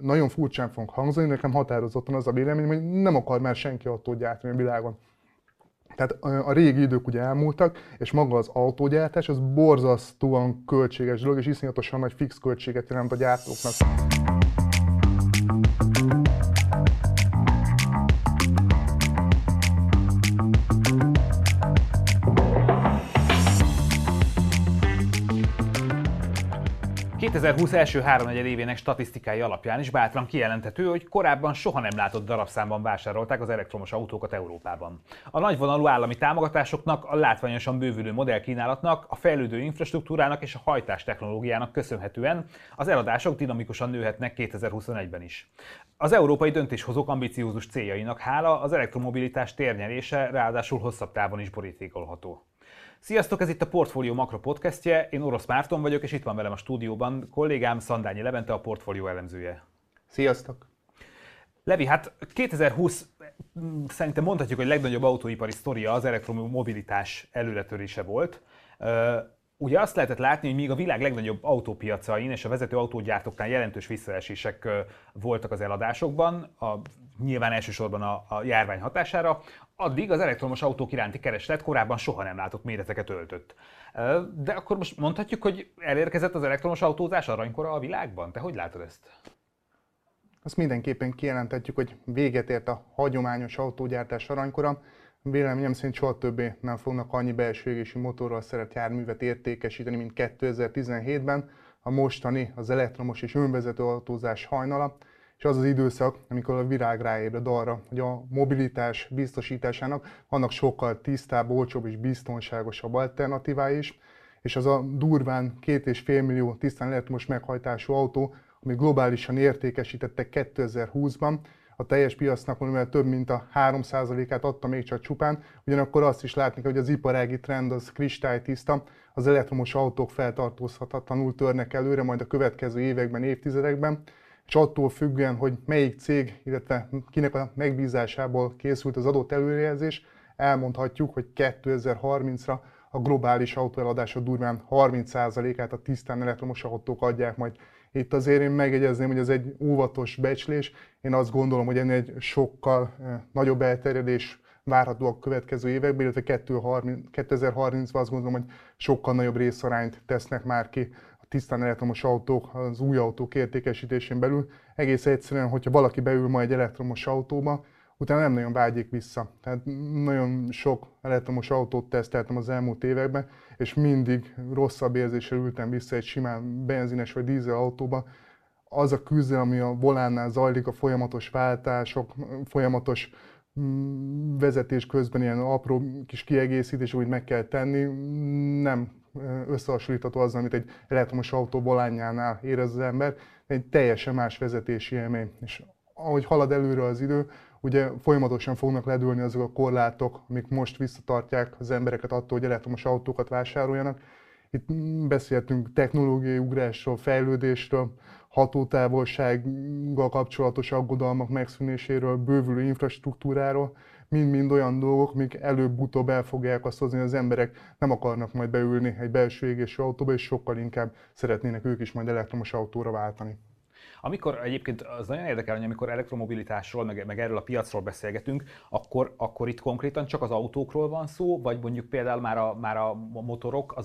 nagyon furcsán fogunk hangzani, nekem határozottan az a véleményem, hogy nem akar már senki autót gyártani a világon. Tehát a régi idők ugye elmúltak, és maga az autógyártás az borzasztóan költséges dolog, és iszonyatosan nagy fix költséget jelent a gyártóknak. 2020 első háromnegyed évének statisztikái alapján is bátran kijelenthető, hogy korábban soha nem látott darabszámban vásárolták az elektromos autókat Európában. A nagyvonalú állami támogatásoknak, a látványosan bővülő modellkínálatnak, a fejlődő infrastruktúrának és a hajtás technológiának köszönhetően az eladások dinamikusan nőhetnek 2021-ben is. Az európai döntéshozók ambiciózus céljainak hála az elektromobilitás térnyerése ráadásul hosszabb távon is borítékolható. Sziasztok, ez itt a Portfolio Makro podcastje, én Orosz Márton vagyok, és itt van velem a stúdióban kollégám Szandányi Levente, a Portfolio elemzője. Sziasztok! Levi, hát 2020 szerintem mondhatjuk, hogy legnagyobb autóipari sztoria az elektromobilitás előretörése volt. Ugye azt lehetett látni, hogy míg a világ legnagyobb autópiacain és a vezető autógyártóknál jelentős visszaesések voltak az eladásokban, nyilván elsősorban a járvány hatására, addig az elektromos autók iránti kereslet korábban soha nem látott méreteket öltött. De akkor most mondhatjuk, hogy elérkezett az elektromos autózás aranykora a világban? Te hogy látod ezt? Azt mindenképpen kijelenthetjük, hogy véget ért a hagyományos autógyártás aranykora. Véleményem szerint soha többé nem fognak annyi belső égésű motorral szerelt járművet értékesíteni, mint 2017-ben. A mostani az elektromos és önvezető autózás hajnala, és az az időszak, amikor a világ ráébred arra, hogy a mobilitás biztosításának vannak sokkal tisztább, olcsóbb és biztonságosabb alternatívái is, és az a durván 2,5 millió tisztán elektromos meghajtású autó, ami globálisan értékesítettek 2020-ban, a teljes piacnak valamivel több mint a 3%-át adta még csak csupán, ugyanakkor azt is látni kell, hogy az iparági trend az kristálytiszta, az elektromos autók feltartózhatatlanul törnek előre majd a következő években, évtizedekben, és attól függően, hogy melyik cég, illetve kinek a megbízásából készült az adott előrejelzés, elmondhatjuk, hogy 2030-ra a globális autóeladások durván 30%-át a tisztán elektromos autók adják majd. Itt azért én megjegyezném, hogy ez egy óvatos becslés. Én azt gondolom, hogy ennél egy sokkal nagyobb elterjedés várható a következő években, illetve 2030-ban azt gondolom, hogy sokkal nagyobb részarányt tesznek már ki a tisztán elektromos autók az új autók értékesítésén belül. Egész egyszerűen, hogyha valaki beül ma egy elektromos autóba, utána nem nagyon vágyik vissza. Tehát nagyon sok elektromos autót teszteltem az elmúlt években, és mindig rosszabb érzéssel ültem vissza egy simán benzines vagy dízel autóba. Az a küzdelem, ami a volánnál zajlik, a folyamatos váltások, folyamatos vezetés közben ilyen apró kis kiegészítés, úgy meg kell tenni, nem összehasonlítható azzal, amit egy elektromos autó volánjánál érez az ember, egy teljesen más vezetési élmény. És ahogy halad előre az idő, ugye folyamatosan fognak ledőlni azok a korlátok, amik most visszatartják az embereket attól, hogy elektromos autókat vásároljanak. Itt beszéltünk technológiai ugrásról, fejlődésről, hatótávolsággal kapcsolatos aggodalmak megszűnéséről, bővülő infrastruktúráról, mind-mind olyan dolgok, amik előbb-utóbb el fogják azt hozni, hogy az emberek nem akarnak majd beülni egy belső égésű autóba, és sokkal inkább szeretnének ők is majd elektromos autóra váltani. Amikor egyébként az nagyon érdekel, hogy amikor elektromobilitásról, meg erről a piacról beszélgetünk, akkor itt konkrétan csak az autókról van szó, vagy mondjuk például már a motorok,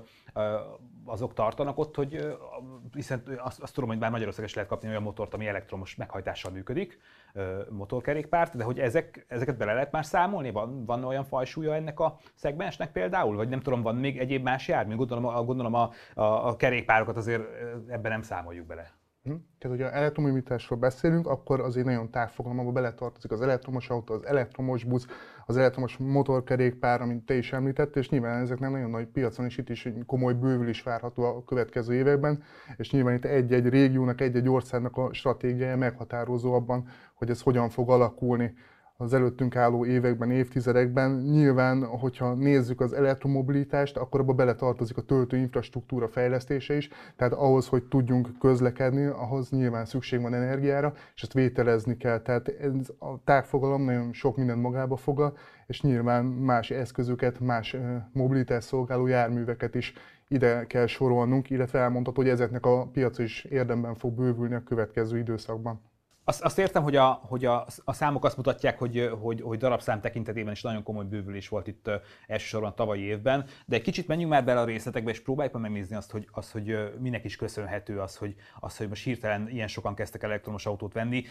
azok tartanak ott, hogy hiszen azt tudom, hogy már Magyarországon is lehet kapni olyan motort, ami elektromos meghajtással működik, motorkerékpárt, de hogy ezeket bele lehet már számolni? Van olyan fajsúlya ennek a szegmensnek például? Vagy nem tudom, van még egyéb más jármű? Gondolom a kerékpárokat azért ebben nem számoljuk bele. Tehát, hogyha elektromobilitásról beszélünk, akkor azért nagyon tágfogalomba beletartozik az elektromos autó, az elektromos busz, az elektromos motorkerékpár, amit te is említettél, és nyilván ezeknek nagyon nagy piacon is itt is komoly bővülés várható a következő években, és nyilván itt egy-egy régiónak, egy-egy országnak a stratégiája meghatározó abban, hogy ez hogyan fog alakulni az előttünk álló években, évtizedekben. Nyilván, hogyha nézzük az elektromobilitást, akkor abba beletartozik a töltő infrastruktúra fejlesztése is, tehát ahhoz, hogy tudjunk közlekedni, ahhoz nyilván szükség van energiára, és ezt vételezni kell. Tehát ez a tágfogalom nagyon sok mindent magába foglal, és nyilván más eszközöket, más mobilitás szolgáló járműveket is ide kell sorolnunk, illetve elmondható, hogy ezeknek a piaca is érdemben fog bővülni a következő időszakban. Azt értem, hogy a számok azt mutatják, hogy darabszám tekintetében is nagyon komoly bővülés volt itt elsősorban tavalyi évben, de egy kicsit menjünk már bele a részletekbe, és próbáljuk meg megnézni hogy minek is köszönhető hogy most hirtelen ilyen sokan kezdtek elektromos autót venni.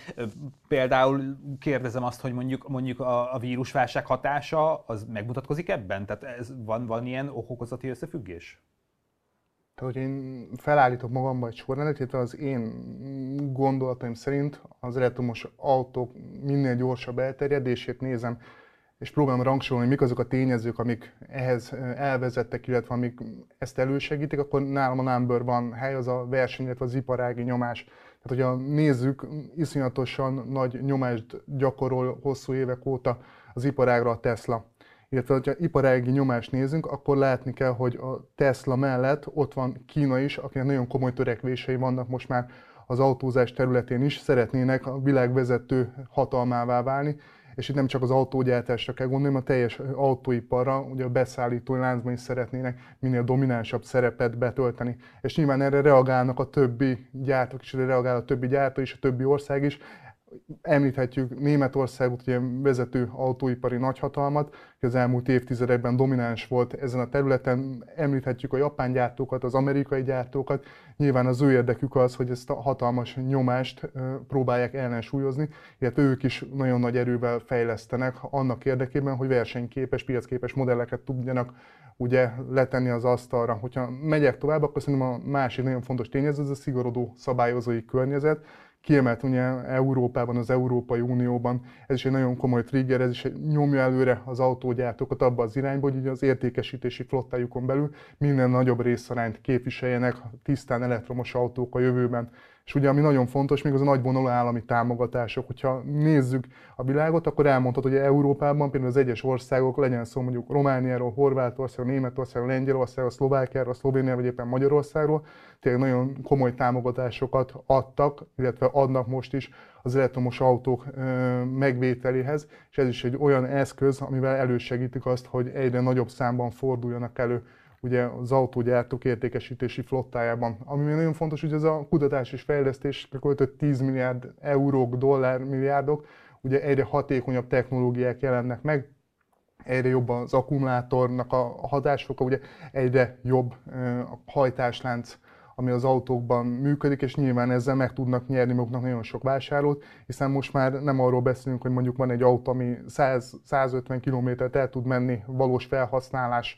Például kérdezem azt, hogy mondjuk a vírusválság hatása az megmutatkozik ebben? Tehát van ilyen okokozati összefüggés? Tehát, hogy én felállítok magamban egy sorrendet, illetve az én gondolataim szerint az elektromos autók minél gyorsabb elterjedését nézem, és próbálom rangsorolni, mik azok a tényezők, amik ehhez elvezettek, illetve amik ezt elősegítik, akkor nálam a number van hely, az a verseny, illetve az iparági nyomás. Tehát, hogyha nézzük, iszonyatosan nagy nyomást gyakorol hosszú évek óta az iparágra a Tesla. Illetve, ha iparági nyomást nézünk, akkor látni kell, hogy a Tesla mellett ott van Kína is, akinek nagyon komoly törekvései vannak most már az autózás területén is, szeretnének a világ vezető hatalmává válni, és itt nem csak az autógyártásra kell gondolni, hanem a teljes autóiparra, ugye a beszállítói láncban is szeretnének minél dominánsabb szerepet betölteni. És nyilván erre reagálnak a többi gyártók is, erre reagál a többi gyártó is, a többi ország is. Említhetjük Németországot, ugye vezető autóipari nagyhatalmat, aki az elmúlt évtizedekben domináns volt ezen a területen. Említhetjük a japán gyártókat, az amerikai gyártókat. Nyilván az ő érdekük az, hogy ezt a hatalmas nyomást próbálják ellensúlyozni, illetve ők is nagyon nagy erővel fejlesztenek annak érdekében, hogy versenyképes, piacképes modelleket tudjanak ugye letenni az asztalra. Hogyha megyek tovább, akkor szerintem a másik nagyon fontos tényező, ez a szigorodó szabályozói környezet. Kiemelt ugye Európában, az Európai Unióban, ez is egy nagyon komoly trigger, ez is nyomja előre az autógyártókat abba az irányba, hogy ugye az értékesítési flottájukon belül minden nagyobb részarányt képviseljenek tisztán elektromos autók a jövőben. És ugye ami nagyon fontos, még az a nagyvonalú állami támogatások. Hogyha nézzük a világot, akkor elmondható, hogy Európában például az egyes országok, legyen szó mondjuk Romániáról, Horvátországról, Németországról, Lengyelországról, Szlovákiáról, Szlovéniáról, vagy éppen Magyarországról, tényleg nagyon komoly támogatásokat adtak, illetve adnak most is az elektromos autók megvételéhez, és ez is egy olyan eszköz, amivel elősegítik azt, hogy egyre nagyobb számban forduljanak elő ugye az autógyártók értékesítési flottájában. Ami még nagyon fontos, hogy ez a kutatás és fejlesztésre költött 10 milliárd eurók, dollármilliárdok, ugye egyre hatékonyabb technológiák jelennek meg, egyre jobb az akkumulátornak a hatásfoka, ugye egyre jobb a hajtáslánc, ami az autókban működik, és nyilván ezzel meg tudnak nyerni maguknak nagyon sok vásárlót, hiszen most már nem arról beszélünk, hogy mondjuk van egy autó, ami 100-150 kilométert el tud menni valós felhasználás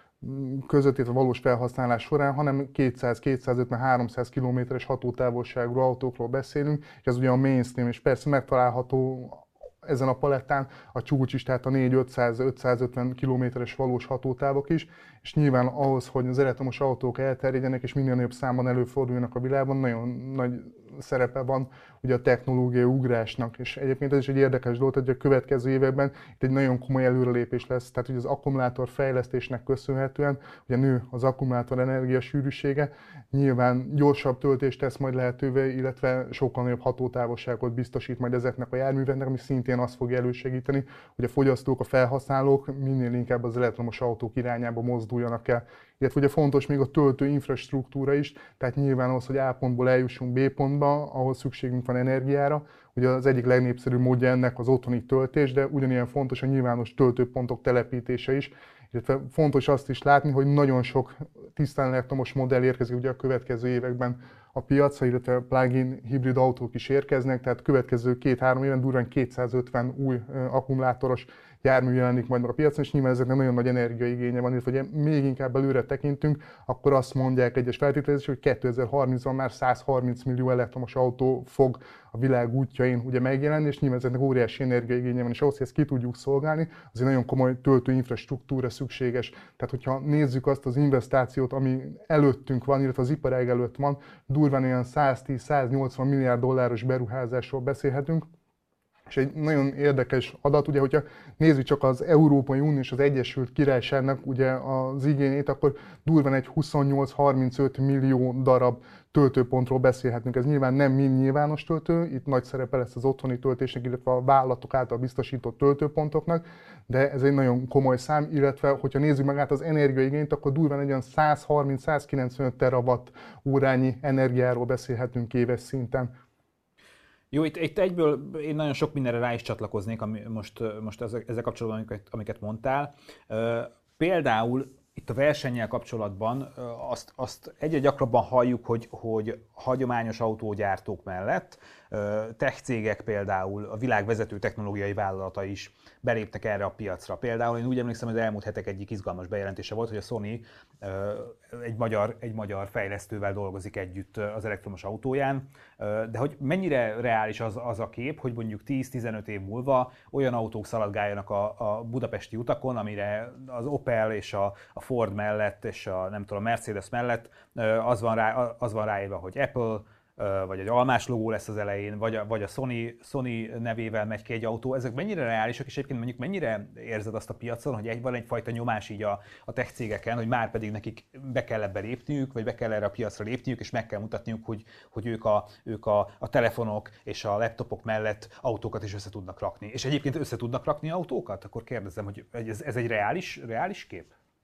között, illetve valós felhasználás során, hanem 200-250-300 kilométeres hatótávolságú autókról beszélünk, és ez ugye a mainstream, és persze megtalálható ezen a palettán a csúcs is, tehát a 400-500-550 kilométeres valós hatótávok is, és nyilván ahhoz, hogy az elektromos autók elterjedjenek és minél nagyobb számban előforduljanak a világban, nagyon nagy szerepe van ugye a technológiai ugrásnak, és egyébként ez is egy érdekes dolog, hogy a következő években itt egy nagyon komoly előrelépés lesz, tehát hogy az akkumulátor fejlesztésnek köszönhetően, ugye nő az akkumulátor energiasűrűsége, nyilván gyorsabb töltést tesz majd lehetővé, illetve sokkal nagyobb hatótávolságot biztosít majd ezeknek a járműveknek, ami szintén azt fogja elősegíteni, hogy a fogyasztók, a felhasználók minél inkább az elektromos autók irányába mozduljanak el. Illetve ugye fontos még a töltő infrastruktúra is, tehát nyilván ahhoz, hogy A pontból eljussunk B pontba, ahhoz szükségünk van energiára. Ugye az egyik legnépszerűbb módja ennek az otthoni töltés, de ugyanilyen fontos a nyilvános töltőpontok telepítése is. Illetve fontos azt is látni, hogy nagyon sok tisztán elektromos modell érkezik ugye a következő években a piacra, illetve plug-in hibrid autók is érkeznek, tehát következő 2-3 éven durván 250 új akkumulátoros jármű jelenik majd meg a piacon, és nyilván ezeknek nagyon nagy energiaigénye van, illetve hogy még inkább előre tekintünk, akkor azt mondják egyes feltételezések, hogy 2030-ban már 130 millió elektromos autó fog a világ útjain ugye megjelenni, és nyilván ezeknek óriási energiaigénye van, és ahhoz, hogy ezt ki tudjuk szolgálni, azért nagyon komoly töltő infrastruktúra szükséges. Tehát, hogyha nézzük azt az investációt, ami előttünk van, illetve az iparág előtt van, durván olyan 110-180 milliárd dolláros beruházásról beszélhetünk. És egy nagyon érdekes adat, ugye, hogyha nézzük csak az Európai Unió és az Egyesült Királyságnak ugye az igényét, akkor durván egy 28-35 millió darab töltőpontról beszélhetünk. Ez nyilván nem mind nyilvános töltő, itt nagy szerepe lesz az otthoni töltésnek, illetve a vállalatok által biztosított töltőpontoknak, de ez egy nagyon komoly szám, illetve hogyha nézzük magát az energiaigényt, akkor durván egy olyan 130-195 terawatt órányi energiáról beszélhetünk éves szinten. Jó, itt egyből én nagyon sok mindenre rá is csatlakoznék, ami most ezzel kapcsolatban, amiket mondtál. Például itt a versennyel kapcsolatban azt egyre gyakrabban halljuk, hogy hagyományos autógyártók mellett tech cégek, például a világ vezető technológiai vállalata is beléptek erre a piacra. Például én úgy emlékszem, hogy az elmúlt hetek egyik izgalmas bejelentése volt, hogy a Sony egy magyar fejlesztővel dolgozik együtt az elektromos autóján, de hogy mennyire reális az a kép, hogy mondjuk 10-15 év múlva olyan autók szaladgáljanak a budapesti utakon, amire az Opel és a Ford mellett és a Mercedes mellett az van ráírva, hogy Apple, vagy egy almás logó lesz az elején, vagy a Sony nevével megy ki egy autó. Ezek mennyire reálisak, és egyébként mondjuk mennyire érzed azt a piacon, hogy van egyfajta nyomás így a tech cégeken, hogy már pedig nekik be kell ebbe lépniük, vagy be kell erre a piacra lépniük, és meg kell mutatniuk, hogy ők a telefonok és a laptopok mellett autókat is össze tudnak rakni. És egyébként össze tudnak rakni autókat? Akkor kérdezem, hogy ez egy reális kép?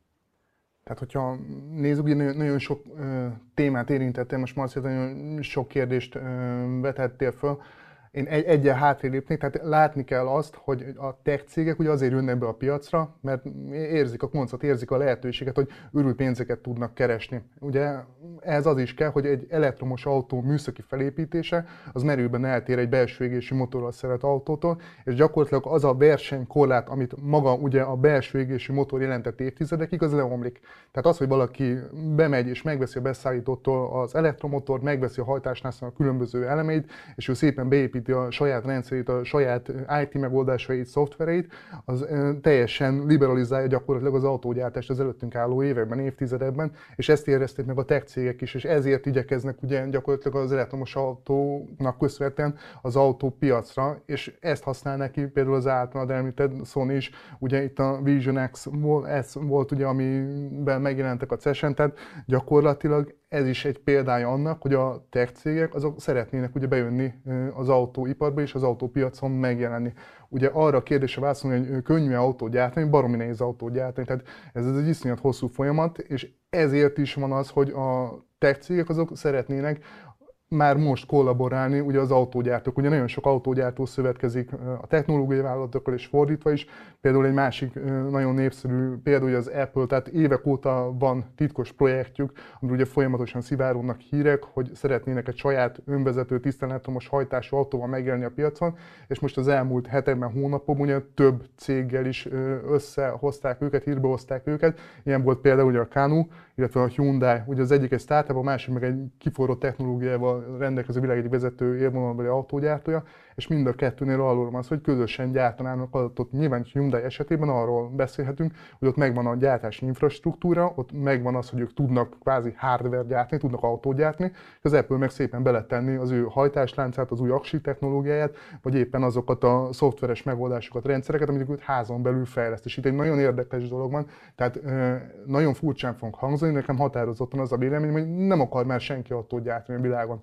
Tehát, hogyha nézzük, nagyon sok témát érintettél, most Marci, nagyon sok kérdést vetettél föl. Én egyen hátrébb lépnék, tehát látni kell azt, hogy a tech cégek ugye azért jönnek be a piacra, mert érzik a koncot, érzik a lehetőséget, hogy őrült pénzeket tudnak keresni. Ugye ehhez az is kell, hogy egy elektromos autó műszaki felépítése az merőben eltér egy belső égésű motorral szerelt autótól, és gyakorlatilag az a versenykorlát, amit maga ugye a belső égésű motor jelentett évtizedekig, az leomlik. Tehát az, hogy valaki bemegy és megveszi a beszállítótól az elektromotort, megveszi a hajtásnál a különböző elemeit, és ő szépen beépíti a saját rendszerét, a saját IT megoldásait, szoftvereit, az teljesen liberalizálja gyakorlatilag az autógyártást az előttünk álló években, évtizedekben, és ezt érezték meg a tech cégek is, és ezért igyekeznek ugye gyakorlatilag az elektromos autónak köszönhetően az autópiacra, és ezt használnak ki például az általad említett Sony is, ugye itt a Vision X volt ugye, amiben megjelentek a CES-en, tehát gyakorlatilag ez is egy példája annak, hogy a tech cégek azok szeretnének ugye bejönni az autóiparba és az autópiacon megjelenni. Ugye arra a kérdésre válaszolni, hogy könnyű autót gyártani, baromi nehéz autót gyártani, tehát ez egy iszonyat hosszú folyamat, és ezért is van az, hogy a tech cégek azok szeretnének már most kollaborálni ugye az autógyártók. Ugye nagyon sok autógyártó szövetkezik a technológiai vállalatokkal és fordítva is. Például egy másik nagyon népszerű példa ugye az Apple, tehát évek óta van titkos projektjük, amiről ugye folyamatosan szivárognak hírek, hogy szeretnének egy saját önvezető tiszteletomos hajtású autóval megjelenni a piacon, és most az elmúlt hetekben, hónapokban ugye több céggel is összehozták őket, hírbe hozták őket. Ilyen volt például ugye a Canoo, illetve a Hyundai, ugye az egyik egy startup, a másik meg egy kiforrott technológiával rendelkező világ egyik vezető élvonalbeli autógyártója, és mind a kettőnél arról van szó, hogy közösen gyártanának adatot. Nyilván Hyundai esetében arról beszélhetünk, hogy ott megvan a gyártási infrastruktúra, ott megvan az, hogy ők tudnak kvázi hardware gyártani, tudnak autót gyártani, és az Apple meg szépen beletenni az ő hajtásláncát, az új aksi technológiáját, vagy éppen azokat a szoftveres megoldásokat, rendszereket, amit ők házon belül fejleszt. És itt egy nagyon érdekes dolog van, tehát nagyon furcsán fogunk hangzani, nekem határozottan az a véleményem, hogy nem akar már senki autót gyártani a világon.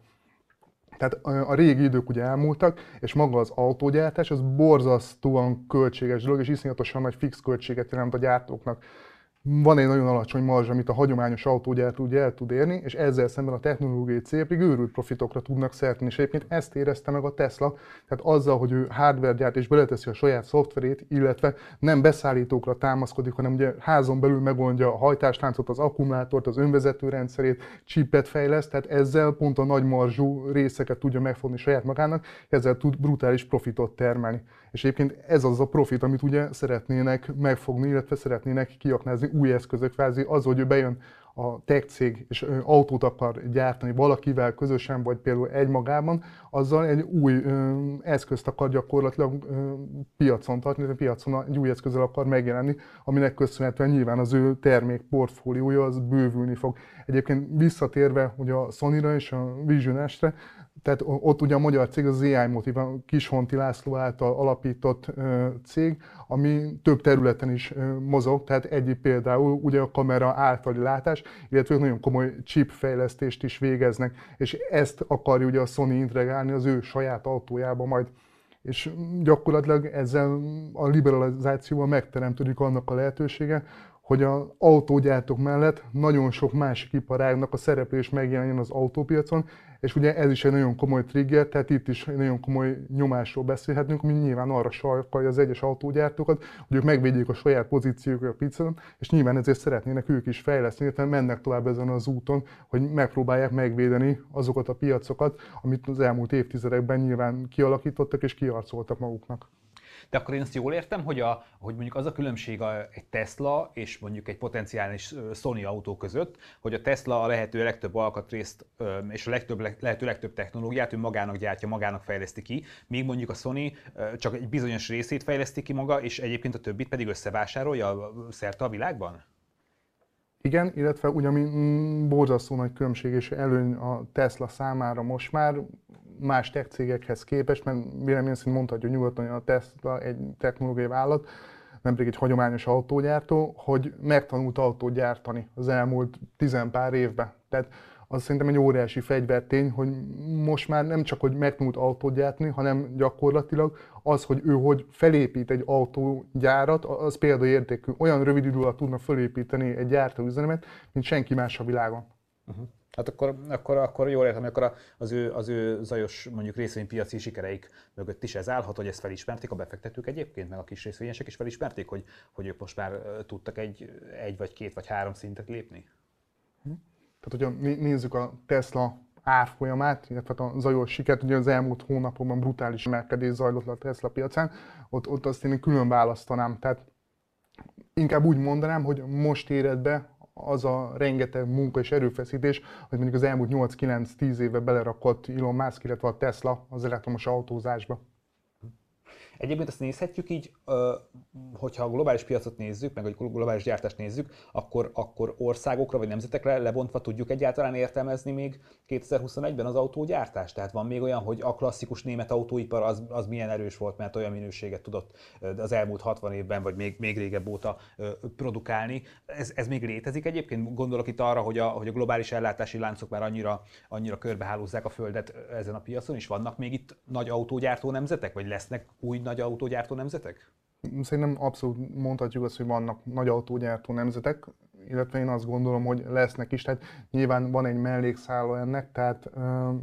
Tehát a régi idők ugye elmúltak, és maga az autógyártás az borzasztóan költséges dolog, és iszonyatosan nagy fix költséget jelent a gyártóknak. Van egy nagyon alacsony marzs, amit a hagyományos autógyártó ugye el tud érni, és ezzel szemben a technológiai cégek őrült profitokra tudnak szerteni. És egyébként ezt érezte meg a Tesla, tehát azzal, hogy ő hardware gyárt és beleteszi a saját szoftverét, illetve nem beszállítókra támaszkodik, hanem ugye házon belül megoldja a hajtásláncot, az akkumulátort, az önvezető rendszerét, chipet fejleszt, tehát ezzel pont a nagy marzsú részeket tudja megfogni saját magának, ezzel tud brutális profitot termelni. És egyébként ez az a profit, amit ugye szeretnének megfogni, illetve szeretnének kiaknázni új eszközök, kvázi az, hogy ő bejön a tech cég és autót akar gyártani valakivel közösen, vagy például egymagában, azzal egy új eszközt akar gyakorlatilag piacon tartani, a piacon egy új eszközzel akar megjelenni, aminek köszönhetően nyilván az ő termék portfóliója az bővülni fog. Egyébként visszatérve ugye a Sonyra és a Vision S-re, Tehát ott ugye a magyar cég, az AI Motive, a Kishonti László által alapított cég, ami több területen is mozog, tehát egyik például ugye a kamera általi látás, illetve nagyon komoly chip fejlesztést is végeznek, és ezt akarja ugye a Sony integrálni az ő saját autójába majd. És gyakorlatilag ezzel a liberalizációval megteremtődik annak a lehetősége, hogy az autógyártók mellett nagyon sok másik iparágnak a szereplés megjelenjen az autópiacon, és ugye ez is egy nagyon komoly trigger, tehát itt is egy nagyon komoly nyomásról beszélhetünk, ami nyilván arra sarkalja az egyes autógyártókat, hogy ők megvédjék a saját pozíciójukat a piacon, és nyilván ezért szeretnének ők is fejleszteni, illetve mennek tovább ezen az úton, hogy megpróbálják megvédeni azokat a piacokat, amit az elmúlt évtizedekben nyilván kialakítottak és kiharcoltak maguknak. De akkor én azt jól értem, hogy mondjuk az a különbség egy Tesla és mondjuk egy potenciális Sony autó között, hogy a Tesla a lehető legtöbb alkatrészt és a lehető legtöbb technológiát ő magának gyártja, magának fejleszti ki, míg mondjuk a Sony csak egy bizonyos részét fejleszti ki maga, és egyébként a többit pedig összevásárolja szerte a világban? Igen, illetve ugye ami borzasztó nagy különbség és előny a Tesla számára most már, más tech cégekhez képest, mert véleményem szerint mondhatjuk nyugodtan, hogy a Tesla egy technológiai vállalat, nem pedig egy hagyományos autógyártó, hogy megtanult autót gyártani az elmúlt tizenpár évben. Tehát az szerintem egy óriási fegyvertény, hogy most már nem csak, hogy megtanult autót gyártani, hanem gyakorlatilag az, hogy ő hogy felépít egy autógyárat, az példaértékű. Olyan rövid idő alatt tudna felépíteni egy gyártóüzemet, mint senki más a világon. Hát akkor jól értem, hogy akkor az ő zajos mondjuk részvénypiaci sikereik mögött is ez állhat, hogy ezt felismerték a befektetők egyébként, meg a kis részvényesek is felismerték, hogy ők most már tudtak egy vagy két vagy három szintet lépni? Tehát, hogyha nézzük a Tesla árfolyamát, illetve a zajos sikert, ugye az elmúlt hónapokban brutális emelkedés zajlott le a Tesla piacán, ott azt én külön választanám. Tehát inkább úgy mondanám, hogy most éred be az a rengeteg munka és erőfeszítés, hogy mondjuk az elmúlt 8-9-10 éve belerakott Elon Musk, illetve a Tesla az elektromos autózásba. Egyébként azt nézhetjük így, hogyha a globális piacot nézzük, meg a globális gyártást nézzük, akkor országokra vagy nemzetekre lebontva tudjuk egyáltalán értelmezni még 2021-ben az autógyártást? Tehát van még olyan, hogy a klasszikus német autóipar az milyen erős volt, mert olyan minőséget tudott az elmúlt 60 évben, vagy még régebb óta produkálni. Ez még létezik egyébként? Gondolok itt arra, hogy a globális ellátási láncok már annyira körbehálózzák a földet ezen a piacon, és vannak még itt nagy autógyártó nemzetek, vagy lesznek új nagy autógyártó nemzetek? Szerintem abszolút mondhatjuk azt, hogy vannak nagy autógyártó nemzetek, illetve én azt gondolom, hogy lesznek is. Tehát nyilván van egy mellékszála ennek, tehát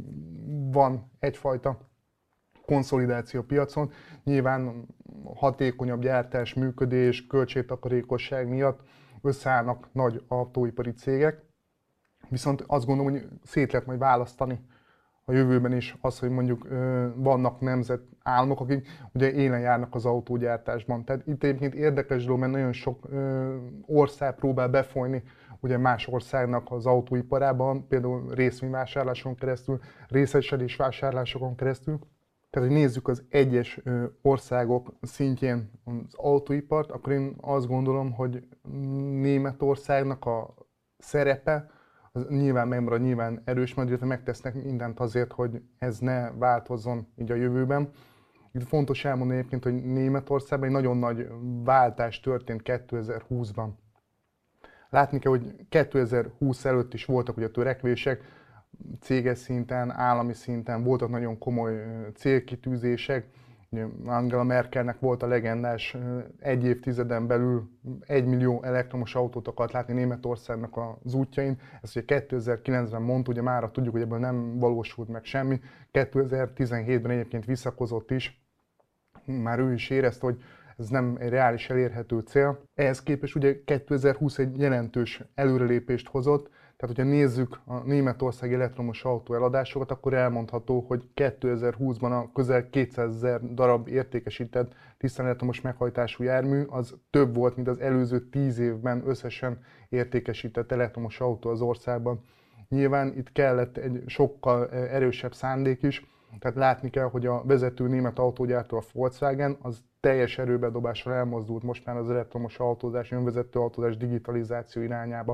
van egyfajta konszolidáció piacon. Nyilván hatékonyabb gyártás, működés, költségtakarékosság miatt összeállnak nagy autóipari cégek. Viszont azt gondolom, hogy szét lehet majd választani a jövőben is az, hogy mondjuk vannak nemzetállamok, akik ugye élen járnak az autógyártásban. Tehát itt egyébként érdekes dolog, mert nagyon sok ország próbál befolyni ugye más országnak az autóiparában, például részvényvásárláson keresztül, részesedésvásárlásokon keresztül. Tehát, hogy nézzük az egyes országok szintjén az autóipart, akkor én azt gondolom, hogy Németországnak a szerepe az nyilván megmarad, nyilván erős, majd illetve megtesznek mindent azért, hogy ez ne változzon így a jövőben. Itt fontos elmondani egyébként, hogy Németországban egy nagyon nagy váltás történt 2020-ban. Látni kell, hogy 2020 előtt is voltak ugye törekvések, céges szinten, állami szinten voltak nagyon komoly célkitűzések. Angela Merkelnek volt a legendás egy évtizeden belül 1 millió elektromos autót akart látni Németországnak az útjain. Ezt ugye 2009-ben mondta, ugye mára tudjuk, hogy ebből nem valósult meg semmi. 2017-ben egyébként visszakozott is. Már ő is érezte, hogy ez nem egy reális elérhető cél. Ehhez képest ugye 2020 egy jelentős előrelépést hozott. Tehát, hogyha nézzük a németországi elektromos autó eladásokat, akkor elmondható, hogy 2020-ban a közel 200 000 darab értékesített tisztán elektromos meghajtású jármű, az több volt, mint az előző 10 évben összesen értékesített elektromos autó az országban. Nyilván itt kellett egy sokkal erősebb szándék is, tehát látni kell, hogy a vezető német autógyártó, a Volkswagen, az teljes erőbedobással elmozdult most már az elektromos autózás, önvezető autózás digitalizáció irányába.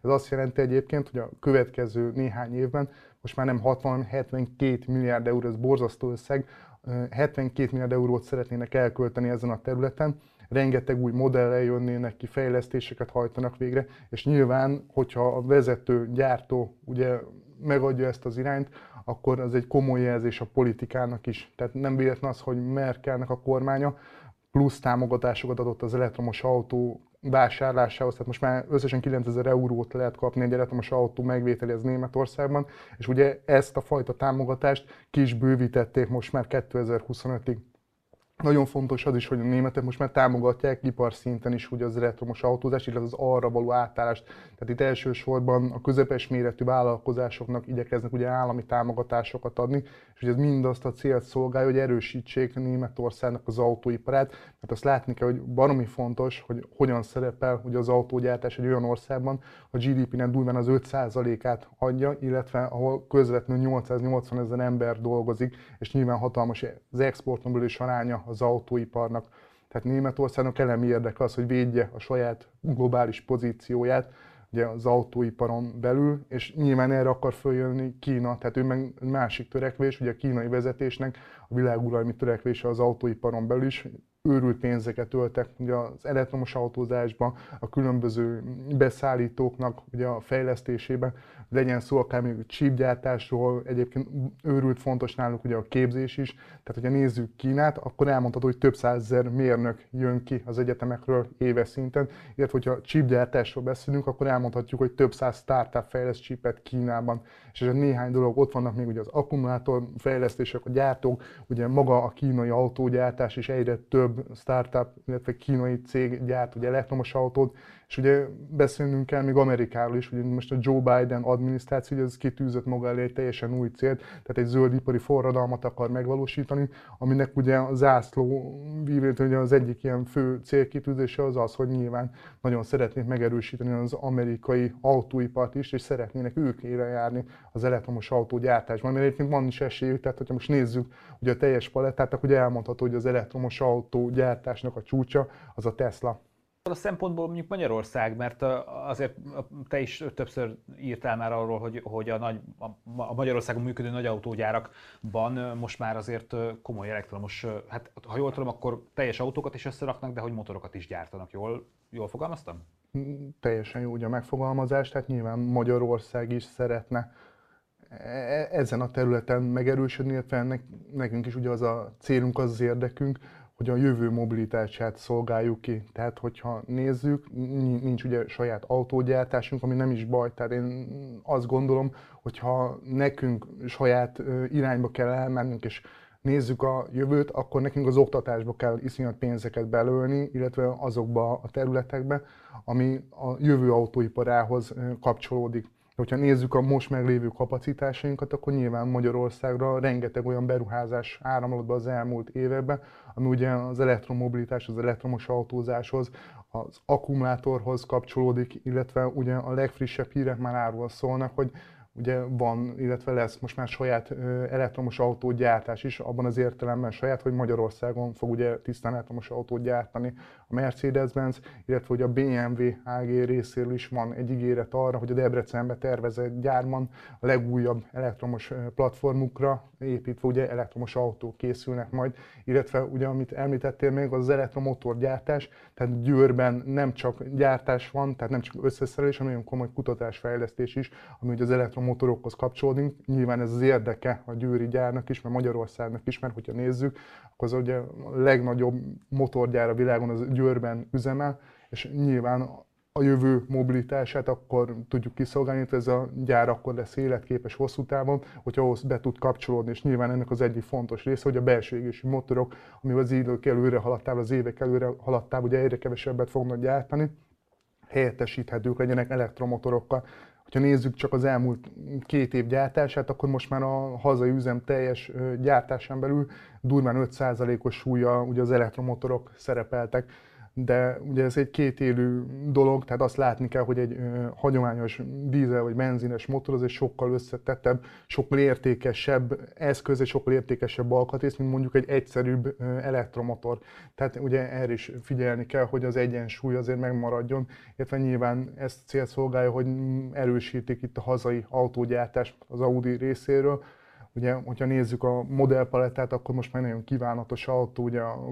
Ez azt jelenti egyébként, hogy a következő néhány évben most már nem 60, hanem 72 milliárd euró, ez borzasztó összeg, 72 milliárd eurót szeretnének elkölteni ezen a területen, rengeteg új modellel jönnének ki, fejlesztéseket hajtanak végre, és nyilván, hogyha a vezető gyártó ugye megadja ezt az irányt, akkor az egy komoly jelzés a politikának is. Tehát nem véletlen az, hogy Merkelnek a kormánya plusz támogatásokat adott az elektromos autó vásárlásához, tehát most már összesen 9000 eurót lehet kapni egy elektromos autó megvételéhez Németországban, és ugye ezt a fajta támogatást ki is bővítették most már 2025-ig. Nagyon fontos az is, hogy a németek most már támogatják iparszinten is ugye az elektromos autózást, illetve az arra való átállást. Tehát itt elsősorban a közepes méretű vállalkozásoknak igyekeznek ugye állami támogatásokat adni, és ugye ez mindazt a célt szolgálja, hogy erősítsék Németországnak az autóiparát. Mert azt látni kell, hogy baromi fontos, hogy hogyan szerepel ugye az autógyártás egy olyan országban, a GDP-nek durván az 5%-át adja, illetve ahol közvetlenül 880 000 ember dolgozik, és nyilván hatalmas az exportból is aránya az autóiparnak. Tehát Németországnak elemi érdeke az, hogy védje a saját globális pozícióját ugye az autóiparon belül, és nyilván erre akar följönni Kína, tehát ő meg másik törekvés, ugye a kínai vezetésnek a világuralmi törekvése az autóiparon belül is, őrült pénzeket öltek ugye az elektromos autózásban, a különböző beszállítóknak ugye a fejlesztésében, legyen szó akár még chipgyártásról, egyébként őrült fontos náluk ugye a képzés is, tehát hogyha nézzük Kínát, akkor elmondható, hogy több százezer mérnök jön ki az egyetemekről éves szinten, illetve hogyha chipgyártásról beszélünk, akkor elmondhatjuk, hogy több száz startup fejleszt chipet Kínában, és ez néhány dolog, ott vannak még ugye az akkumulátor fejlesztések, a gyártók, ugye maga a kínai autógyártás is egyre több startup, illetve kínai cég gyárt ugye elektromos autót, és ugye beszélnünk kell még Amerikáról is, ugye most a Joe Biden adminisztráció, ugye ez kitűzött maga elé egy teljesen új célt, tehát egy zöld ipari forradalmat akar megvalósítani, aminek ugye a zászló vívőt, ugye az egyik ilyen fő célkitűzése az az, hogy nyilván nagyon szeretnék megerősíteni az amerikai autóipart is, és szeretnének ők élen járni az elektromos autógyártásban, mert egyébként van is esélyük, tehát hogyha most nézzük ugye a teljes palettát, akkor ugye elmondható, hogy az elektromos autógyártásnak a csúcsa az a Tesla. A szempontból mondjuk Magyarország, mert azért te is többször írtál már arról, hogy a Magyarországon működő nagy autógyárakban most már azért komoly elektromos, hát ha jól tudom, akkor teljes autókat is összeraknak, de hogy motorokat is gyártanak. Jól fogalmaztam? Teljesen jó ugye a megfogalmazás, tehát nyilván Magyarország is szeretne ezen a területen megerősödni, illetve nekünk is ugye az a célunk, az érdekünk, hogy a jövő mobilitását szolgáljuk ki. Tehát, hogyha nézzük, nincs ugye saját autógyártásunk, ami nem is baj. Tehát én azt gondolom, hogyha nekünk saját irányba kell elmennünk, és nézzük a jövőt, akkor nekünk az oktatásba kell iszonyat pénzeket belölni, illetve azokba a területekbe, ami a jövő autóiparához kapcsolódik. Hogyha nézzük a most meglévő kapacitásainkat, akkor nyilván Magyarországra rengeteg olyan beruházás áramlott be az elmúlt években, ami ugye az elektromobilitás, az elektromos autózáshoz, az akkumulátorhoz kapcsolódik, illetve ugye a legfrissebb hírek már arról szólnak, hogy ugye van, illetve lesz most már saját elektromos autógyártás is, abban az értelemben saját, hogy Magyarországon fog ugye tisztán elektromos autót gyártani a Mercedes-Benz, illetve hogy a BMW AG részéről is van egy ígéret arra, hogy a Debrecenbe tervezett gyárban a legújabb elektromos platformukra építve ugye elektromos autók készülnek majd, illetve ugye amit említettél még, az elektromotorgyártás, tehát Győrben nem csak gyártás van, tehát nem csak összeszerelés, hanem nagyon komoly kutatásfejlesztés is, ami ugye az elektromotorokhoz kapcsolódik. Nyilván ez az érdeke a győri gyárnak is, mert Magyarországnak is, mert hogyha nézzük, akkor az ugye a legnagyobb motorgyár a világon az Győrben üzemel, és nyilván a jövő mobilitását akkor tudjuk kiszolgálni, hogy ez a gyár akkor lesz életképes hosszú távon, hogyha ahhoz be tud kapcsolódni, és nyilván ennek az egyik fontos része, hogy a belső égésű motorok, amivel az idők előre haladtával, az évek előre haladtával, ugye egyre kevesebbet fognak gyártani, helyettesíthetők legyenek elektromotorokkal. Ha nézzük csak az elmúlt 2 év gyártását, akkor most már a hazai üzem teljes gyártásán belül durván 5%-os súlya ugye az elektromotorok szerepeltek. de ugye ez egy kétélű dolog, tehát azt látni kell, hogy egy hagyományos dízel vagy benzines motor az egy sokkal összetettebb, sokkal értékesebb eszköz, egy sokkal értékesebb alkatrész, mint mondjuk egy egyszerűbb elektromotor. Tehát ugye erre is figyelni kell, hogy az egyensúly azért megmaradjon, illetve nyilván ezt cél szolgálja, hogy erősítik itt a hazai autógyártást az Audi részéről. Ugye, hogyha nézzük a modellpalettát, akkor most már nagyon kívánatos autó, ugye a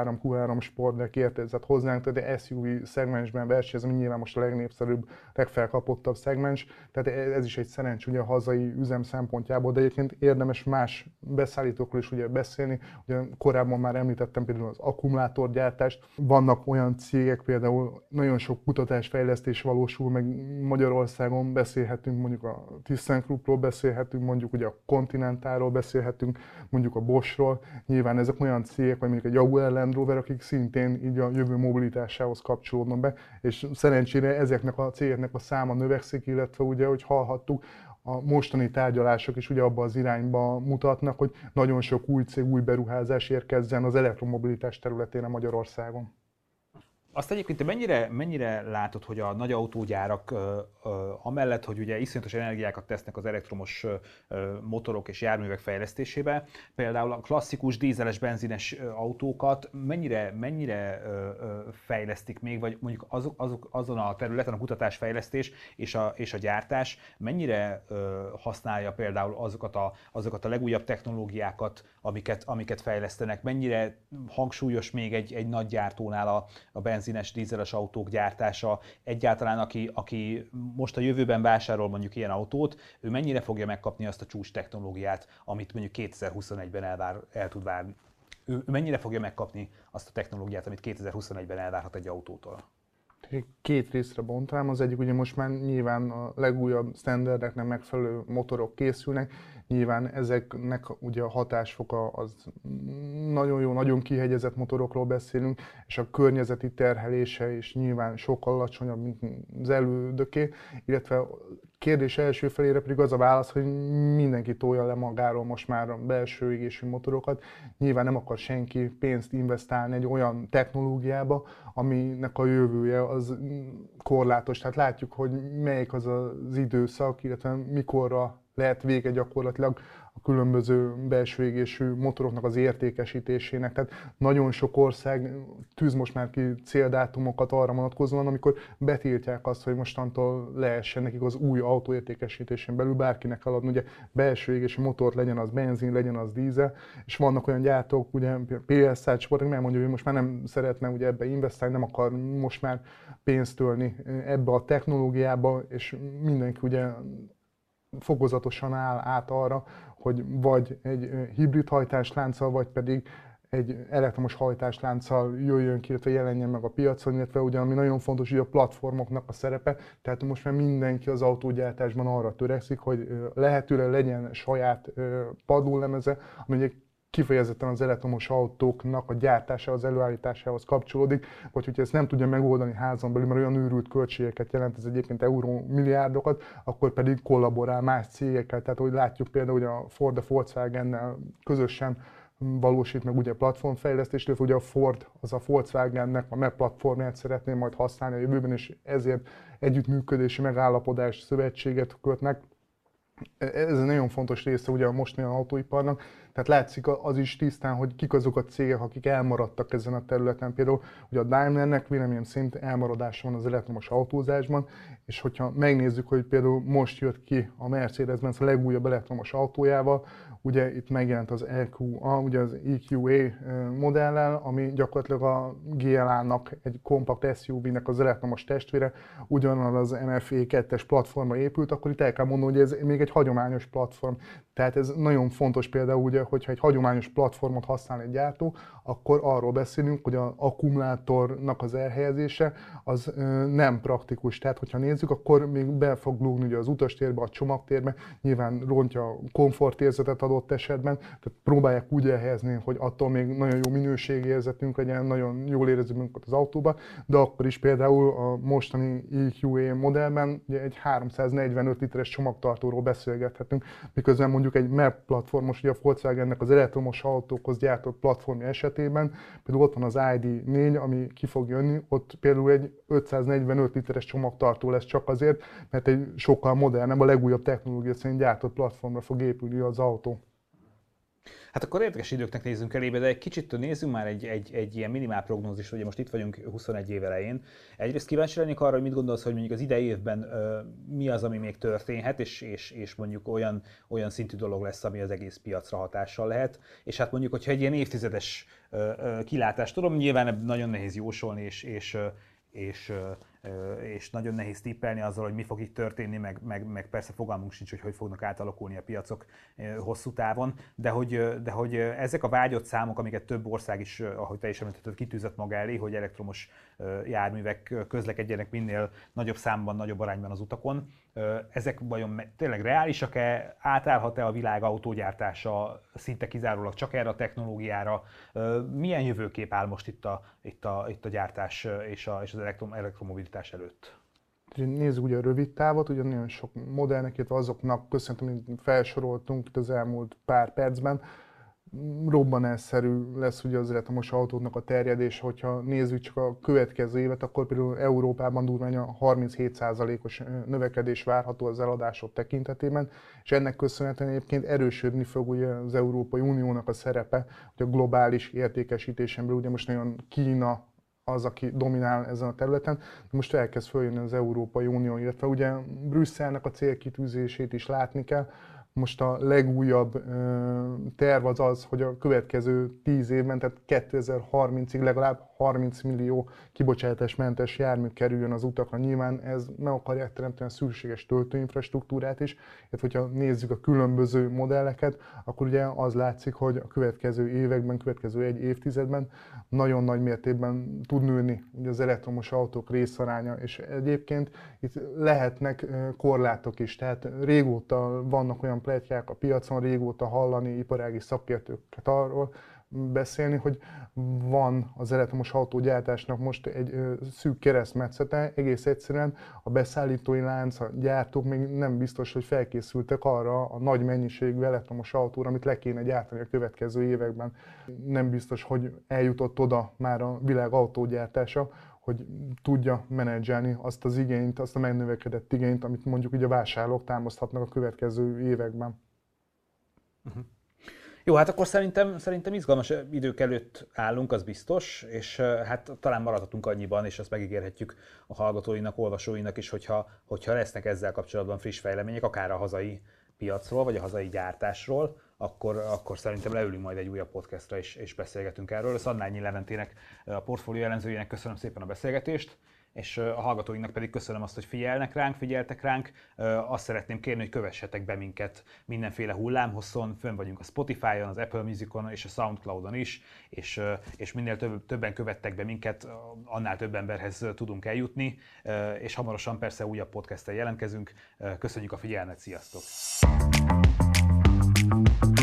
Q3 Sportback érkezett hozzánk, de SUV szegmensben versenyez, ami nyilván most a legnépszerűbb, legfelkapottabb szegmens. Tehát ez is egy szerencs ugye a hazai üzem szempontjából, de egyébként érdemes más beszállítókról is ugye beszélni. Ugye korábban már említettem például az akkumulátorgyártást. Vannak olyan cégek, például nagyon sok kutatásfejlesztés valósul meg Magyarországon, beszélhetünk mondjuk a ThyssenKruppról, beszélhetünk mondjuk ugye a Continentalról beszélhetünk, mondjuk a Boschról. Nyilván ezek olyan cégek, vagy mondjuk egy Jaguar Land Rover, akik szintén így a jövő mobilitásához kapcsolódnak be, és szerencsére ezeknek a cégeknek a száma növekszik, illetve ugye, hogy hallhattuk, a mostani tárgyalások is ugye abba az irányba mutatnak, hogy nagyon sok új cég, új beruházás érkezzen az elektromobilitás területére Magyarországon. Azt egyébként te mennyire látod, hogy a nagy autógyárak amellett, hogy ugye iszonyatos energiákat tesznek az elektromos motorok és járművek fejlesztésébe, például a klasszikus dízeles, benzines autókat mennyire fejlesztik még, vagy mondjuk azon a területen a kutatásfejlesztés és a gyártás mennyire használja például azokat a legújabb technológiákat, amiket fejlesztenek, mennyire hangsúlyos még egy nagy gyártónál a benzines, dízeles autók gyártása, egyáltalán aki most a jövőben vásárol mondjuk ilyen autót, ő mennyire fogja megkapni azt a csúcs technológiát, amit mondjuk 2021-ben el tud várni. Ő mennyire fogja megkapni azt a technológiát, amit 2021-ben elvárhat egy autótól? Két részre bontanám, az egyik ugye most már nyilván a legújabb standardeknek megfelelő motorok készülnek, nyilván ezeknek ugye a hatásfoka az nagyon jó, nagyon kihegyezett motorokról beszélünk, és a környezeti terhelése is nyilván sokkal alacsonyabb, mint az elődöké, illetve kérdés első felére pedig az a válasz, hogy mindenki tolja le magáról most már a belső égésű motorokat. Nyilván nem akar senki pénzt investálni egy olyan technológiába, aminek a jövője az korlátos. Tehát látjuk, hogy melyik az az időszak, illetve mikorra lehet vége gyakorlatilag a különböző belső égésű motoroknak az értékesítésének. Tehát nagyon sok ország tűz most már ki céldátumokat arra vonatkozóan, amikor betiltják azt, hogy mostantól lehessen nekik az új autó értékesítésén belül bárkinek eladni. Ugye belső égésű motort, legyen az benzin, legyen az dízel, és vannak olyan gyártók, ugye PSA csoport, meg mondja, hogy most már nem szeretne ugye ebbe investálni, nem akar most már pénzt tölni ebbe a technológiába, és mindenki ugye fokozatosan áll át arra, hogy vagy egy hibrid hajtáslánccal, vagy pedig egy elektromos hajtáslánccal jöjjön ki, illetve jelenjen meg a piacon, illetve ugye ami nagyon fontos, hogy a platformoknak a szerepe, tehát most már mindenki az autógyártásban arra törekszik, hogy lehetőleg legyen saját padlólemeze, ami ugye kifejezetten az elektromos autóknak a gyártásához, előállításához kapcsolódik, vagy hogyha ezt nem tudja megoldani házon belül, mert olyan őrült költségeket jelent, ez egyébként eurómilliárdokat, akkor pedig kollaborál más cégekkel. Tehát, hogy látjuk például, hogy a Ford a Volkswagennel közösen valósít meg ugye platformfejlesztést, illetve ugye a Ford az a Volkswagennek a MEP platformját szeretné majd használni a jövőben, és ezért együttműködési megállapodás, szövetséget kötnek. Ez egy nagyon fontos része ugye a mostani autóiparnak, tehát látszik az is tisztán, hogy kik azok a cégek, akik elmaradtak ezen a területen. Például ugye a Daimlernek véleményem szerint elmaradása van az elektromos autózásban, és hogyha megnézzük, hogy például most jött ki a Mercedes-Benz a legújabb elektromos autójával, ugye itt megjelent az EQA, ugye az EQA modellel, ami gyakorlatilag a GLA-nak egy kompakt SUV-nek az elektromos testvére, ugyanaz az MFE2-es platformra épült, akkor itt el kell mondani, hogy ez még egy hagyományos platform. Tehát ez nagyon fontos például, ugye, hogyha egy hagyományos platformot használ egy gyártó, akkor arról beszélünk, hogy az akkumulátornak az elhelyezése az nem praktikus. Tehát, hogyha nézzük, akkor még be fog lógni ugye az utastérbe, a csomagtérbe, nyilván rontja a komfortérzetet adott esetben, tehát próbálják úgy elhelyezni, hogy attól még nagyon jó minőségérzetünk legyen, nagyon jól érezzük magunkat az autóba, de akkor is például a mostani EQA modellben ugye egy 345 literes csomagtartóról beszélgethetünk, miközben mondjuk egy MEP platformos, ugye a Magyarország ennek az elektromos autókhoz gyártott platformja esetében. Például ott van az ID.4, ami ki fog jönni, ott például egy 545 literes csomagtartó lesz csak azért, mert egy sokkal modernebb, a legújabb technológia szerint gyártott platformra fog épülni az autó. Hát akkor érdekes időknek nézzünk elébe, de egy kicsit nézzünk már egy ilyen minimál prognózist, ugye most itt vagyunk 21 év elején. Egyrészt kíváncsi lennék arra, hogy mit gondolsz, hogy mondjuk az idei évben mi az, ami még történhet, és mondjuk olyan szintű dolog lesz, ami az egész piacra hatással lehet. És hát mondjuk, hogyha egy ilyen évtizedes kilátást tudom, nyilván nagyon nehéz jósolni, és nagyon nehéz tippelni azzal, hogy mi fog itt történni, meg persze fogalmunk sincs, hogy fognak átalakulni a piacok hosszú távon, de hogy ezek a vágyott számok, amiket több ország is, ahogy te is említetted, kitűzött maga elé, hogy elektromos járművek közlekedjenek minél nagyobb számban, nagyobb arányban az utakon, ezek vajon tényleg reálisak-e, átállhat-e a világ autógyártása szinte kizárólag csak erre a technológiára? Milyen jövőkép áll most itt a gyártás és az elektromobilitás előtt? Nézzük ugye a rövid távot, ugye nagyon sok modellnek, illetve azoknak köszönhetően, amit felsoroltunk itt az elmúlt pár percben, robbanásszerű lesz ugye az elektromos autóknak a terjedése, hogyha nézzük csak a következő évet, akkor például Európában durván a 37%-os növekedés várható az eladások tekintetében, és ennek köszönhetően egyébként erősödni fog ugye az Európai Uniónak a szerepe, hogy a globális értékesítésen belül, ugye most nagyon Kína az, aki dominál ezen a területen, de most elkezd följönni az Európai Unió, illetve ugye Brüsszelnek a célkitűzését is látni kell. Most a legújabb terv az, hogy a következő 10 évben, tehát 2030-ig legalább 30 millió kibocsátásmentes jármű kerüljön az utakra. Nyilván ez meg akarják teremteni a szükséges töltőinfrastruktúrát is, illetve hogyha nézzük a különböző modelleket, akkor ugye az látszik, hogy a következő években, következő egy évtizedben nagyon nagy mértékben tud nőni ugye az elektromos autók részaránya, és egyébként itt lehetnek korlátok is, tehát régóta vannak olyan pletykák a piacon, régóta hallani iparági szakértőket arról beszélni, hogy van az elektromos autógyártásnak most egy szűk keresztmetszete, egész egyszerűen a beszállítói lánc, a gyártók még nem biztos, hogy felkészültek arra a nagy mennyiségű elektromos autóra, amit le kéne gyártani a következő években. Nem biztos, hogy eljutott oda már a világ autógyártása, hogy tudja menedzselni azt az igényt, azt a megnövekedett igényt, amit mondjuk ugye a vásárlók támaszthatnak a következő években. Uh-huh. Jó, hát akkor szerintem izgalmas idők előtt állunk, az biztos, és hát talán maradhatunk annyiban, és azt megígérhetjük a hallgatóinak, olvasóinak is, hogyha lesznek ezzel kapcsolatban friss fejlemények, akár a hazai piacról, vagy a hazai gyártásról, akkor szerintem leülünk majd egy újabb podcastra és beszélgetünk erről. Szandányi Leventének, a portfólió elemzőjének köszönöm szépen a beszélgetést, és a hallgatóinknak pedig köszönöm azt, hogy figyeltek ránk. Azt szeretném kérni, hogy kövessetek be minket mindenféle hullámhosszon, fönn vagyunk a Spotify-on, az Apple Music-on és a Soundcloud-on is, és minél többen követtek be minket, annál több emberhez tudunk eljutni, és hamarosan persze újabb podcasttel jelentkezünk. Köszönjük a figyelmet, sziasztok!